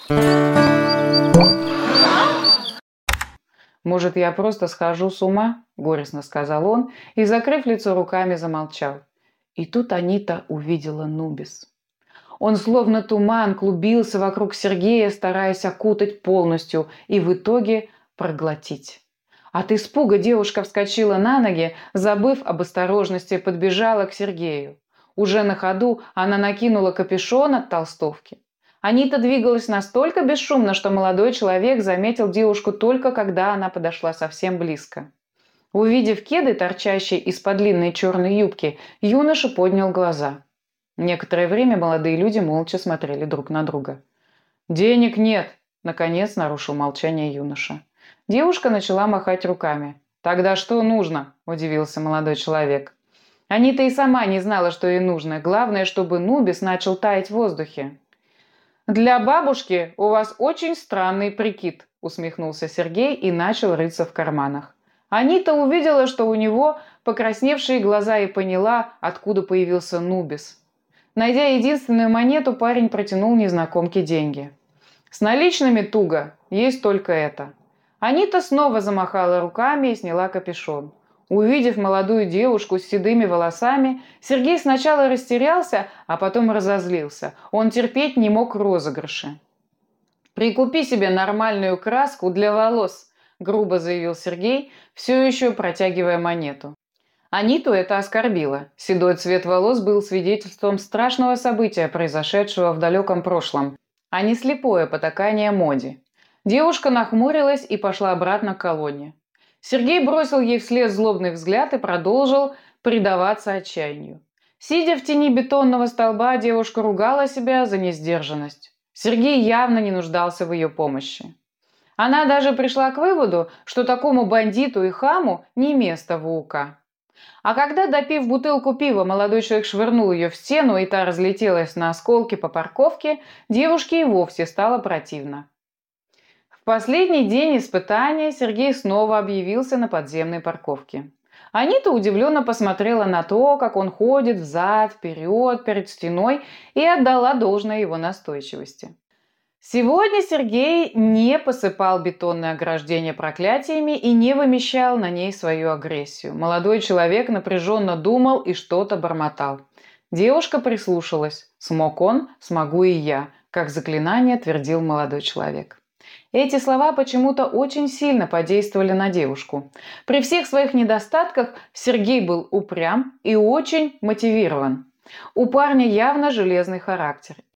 «Может, я просто схожу с ума?» – горестно сказал он и, закрыв лицо руками, замолчал. И тут Анита увидела Нубис. Он словно туман клубился вокруг Сергея, стараясь окутать полностью и в итоге проглотить. От испуга девушка вскочила на ноги, забыв об осторожности, подбежала к Сергею. Уже на ходу она накинула капюшон от толстовки. Анита двигалась настолько бесшумно, что молодой человек заметил девушку только когда она подошла совсем близко. Увидев кеды, торчащие из-под длинной черной юбки, юноша поднял глаза. Некоторое время молодые люди молча смотрели друг на друга. «Денег нет!» – наконец нарушил молчание юноша. Девушка начала махать руками. «Тогда что нужно?» – удивился молодой человек. Анита и сама не знала, что ей нужно. Главное, чтобы Нубис начал таять в воздухе. «Для бабушки у вас очень странный прикид», – усмехнулся Сергей и начал рыться в карманах. Анита увидела, что у него покрасневшие глаза, и поняла, откуда появился Нубис. Найдя единственную монету, парень протянул незнакомке деньги. «С наличными туго, есть только это». Анита снова замахала руками и сняла капюшон. Увидев молодую девушку с седыми волосами, Сергей сначала растерялся, а потом разозлился. Он терпеть не мог розыгрыши. «Прикупи себе нормальную краску для волос», – грубо заявил Сергей, все еще протягивая монету. Аниту это оскорбило. Седой цвет волос был свидетельством страшного события, произошедшего в далеком прошлом, а не слепое потакание моде. Девушка нахмурилась и пошла обратно к колонне. Сергей бросил ей вслед злобный взгляд и продолжил предаваться отчаянию. Сидя в тени бетонного столба, девушка ругала себя за несдержанность. Сергей явно не нуждался в ее помощи. Она даже пришла к выводу, что такому бандиту и хаму не место в УК. А когда, допив бутылку пива, молодой человек швырнул ее в стену, и та разлетелась на осколки по парковке, девушке и вовсе стало противно. В последний день испытания Сергей снова объявился на подземной парковке. Анита удивленно посмотрела на то, как он ходит взад-вперед перед стеной, и отдала должное его настойчивости. Сегодня Сергей не посыпал бетонное ограждение проклятиями и не вымещал на ней свою агрессию. Молодой человек напряженно думал и что-то бормотал. Девушка прислушалась. «Смог он, смогу и я», как заклинание твердил молодой человек. Эти слова почему-то очень сильно подействовали на девушку. При всех своих недостатках Сергей был упрям и очень мотивирован. У парня явно железный характер.